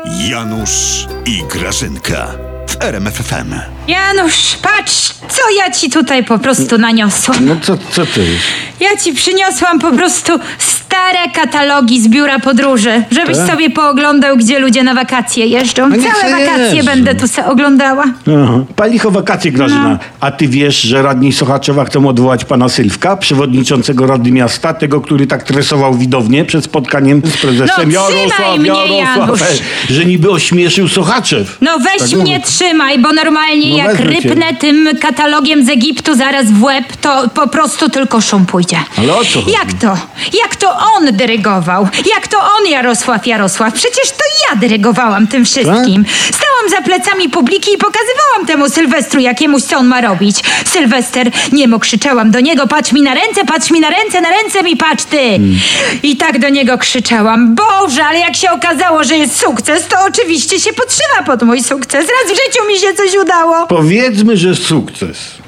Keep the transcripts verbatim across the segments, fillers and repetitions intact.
Janusz i Grażynka w R M F F M. Janusz, patrz, co ja ci tutaj po prostu naniosłam. No co, co ty? Ja ci przyniosłam po prostu stare katalogi z biura podróży, żebyś Tak? sobie pooglądał, gdzie ludzie na wakacje jeżdżą. niech Całe se wakacje jeżdżą. będę tu se oglądała. Aha. Palicho wakacje, Grażyna. No. A ty wiesz, że radni Sochaczewa chcą odwołać pana Sylwka, przewodniczącego Rady Miasta, tego, który tak tresował widownię przed spotkaniem z prezesem. No, trzymaj mnie, Janusz. Ej, że niby ośmieszył Sochaczew. No weź Tak mnie mówię. trzymaj, bo normalnie No jak wezmę cię. rypnę tym katalogiem z Egiptu zaraz w łeb, to po prostu tylko szum pójdzie. Ale o co chodzi? Jak to? Jak to on dyrygował? Jak to on, Jarosław Jarosław? Przecież to ja dyrygowałam tym wszystkim. Tak? Stałam za plecami publiki i pokazywałam temu Sylwestru jakiemuś, co on ma robić. Sylwester, niemo krzyczałam do niego, patrz mi na ręce, patrz mi na ręce, na ręce mi patrz ty. Hmm. I tak do niego krzyczałam. Boże, ale jak się okazało, że jest sukces, to oczywiście się podszywa pod mój sukces. Raz w życiu mi się coś udało. Powiedzmy, że sukces.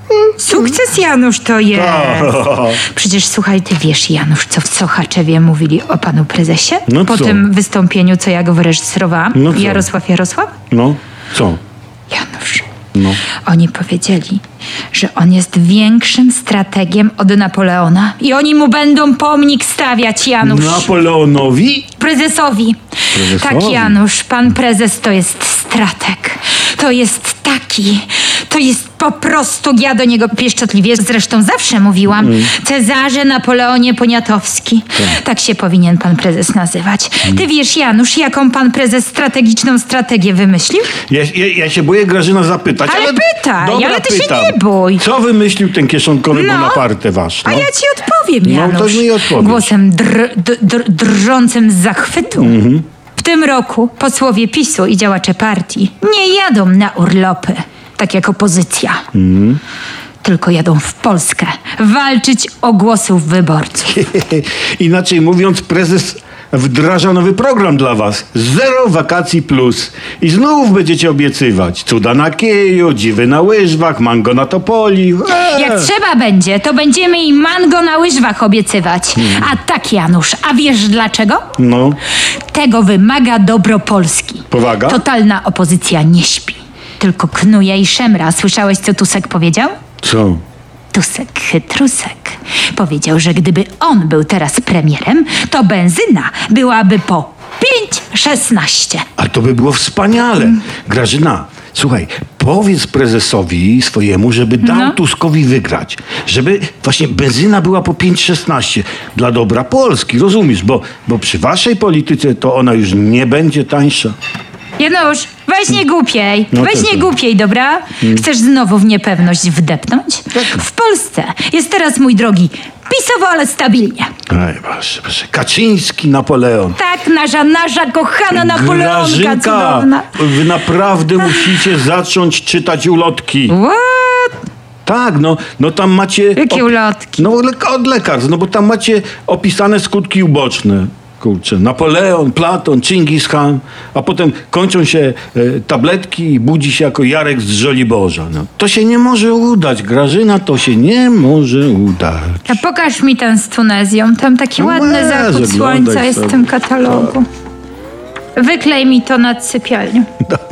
Sukces, Janusz, to jest. Tak. Przecież słuchaj, ty wiesz, Janusz, co w Sochaczewie mówili o panu prezesie? No po co? tym wystąpieniu, co ja go wyreżyserowałam? No co? Jarosław Jarosław? No, co? Janusz. No. Oni powiedzieli, że on jest większym strategiem od Napoleona i oni mu będą pomnik stawiać, Janusz. Napoleonowi? Prezesowi. Prezesowi? Tak, Janusz, pan prezes to jest strateg. To jest taki, to jest po prostu, ja do niego pieszczotliwie zresztą zawsze mówiłam, Mm. Cezarze Napoleonie Poniatowski. Tak. się powinien pan prezes nazywać. Mm. Ty wiesz, Janusz, jaką pan prezes strategiczną strategię wymyślił? Ja, ja, ja się boję, Grażyna, zapytać. Ale pytaj, Dobra, ale ty się pytam. nie bój. Co wymyślił ten kieszonkowy No. Bonaparte wasz? No? A ja ci odpowiem, No, Janusz. to mi odpowiedz. Głosem dr, dr, dr, drżącym z zachwytu. Mhm. W tym roku posłowie PiSu i działacze partii nie jadą na urlopy, tak jak opozycja. Mhm. Tylko jadą w Polskę walczyć o głosów wyborców. Inaczej mówiąc, prezes wdraża nowy program dla was. Zero wakacji plus. I znów będziecie obiecywać. Cuda na kiju, dziwy na łyżwach, mango na topoli. Eee. Jak trzeba będzie, to będziemy im mango na łyżwach obiecywać. A tak, Janusz, a wiesz dlaczego? No, Tego wymaga dobro Polski. Powaga? Totalna opozycja nie śpi, tylko knuje i szemra. Słyszałeś, co Tusek powiedział? co? Tusek, chytrusek. Powiedział, że gdyby on był teraz premierem, to benzyna byłaby po pięć szesnaście. A to by było wspaniale. Grażyna, słuchaj, powiedz prezesowi swojemu, żeby dał No. Tuskowi wygrać. Żeby właśnie benzyna była po pięć szesnaście. Dla dobra Polski, rozumiesz? Bo, bo przy waszej polityce to ona już nie będzie tańsza. Janusz, weź nie głupiej. No weź to nie co? głupiej, dobra? Chcesz znowu w niepewność wdepnąć? W Polsce jest teraz, mój drogi, pisowo, ale stabilnie. Ej, proszę, proszę. Kaczyński, Napoleon. Tak, nasza, nasza kochana Napoleonka Grażynka, cudowna. wy naprawdę musicie zacząć czytać ulotki. What? Tak, no, no tam macie... Jakie ulotki? No le- od lekarstw, no bo tam macie opisane skutki uboczne. Kurczę, Napoleon, Platon, Chingis Khan, a potem kończą się e, tabletki i budzi się jako Jarek z Żoliborza. No, to się nie może udać, Grażyna, to się nie może udać. A pokaż mi ten z Tunezją. Tam taki No ładny masz, zachód oglądaj słońca jest w sobie. tym katalogu. Wyklej mi to nad sypialnią. Dobrze.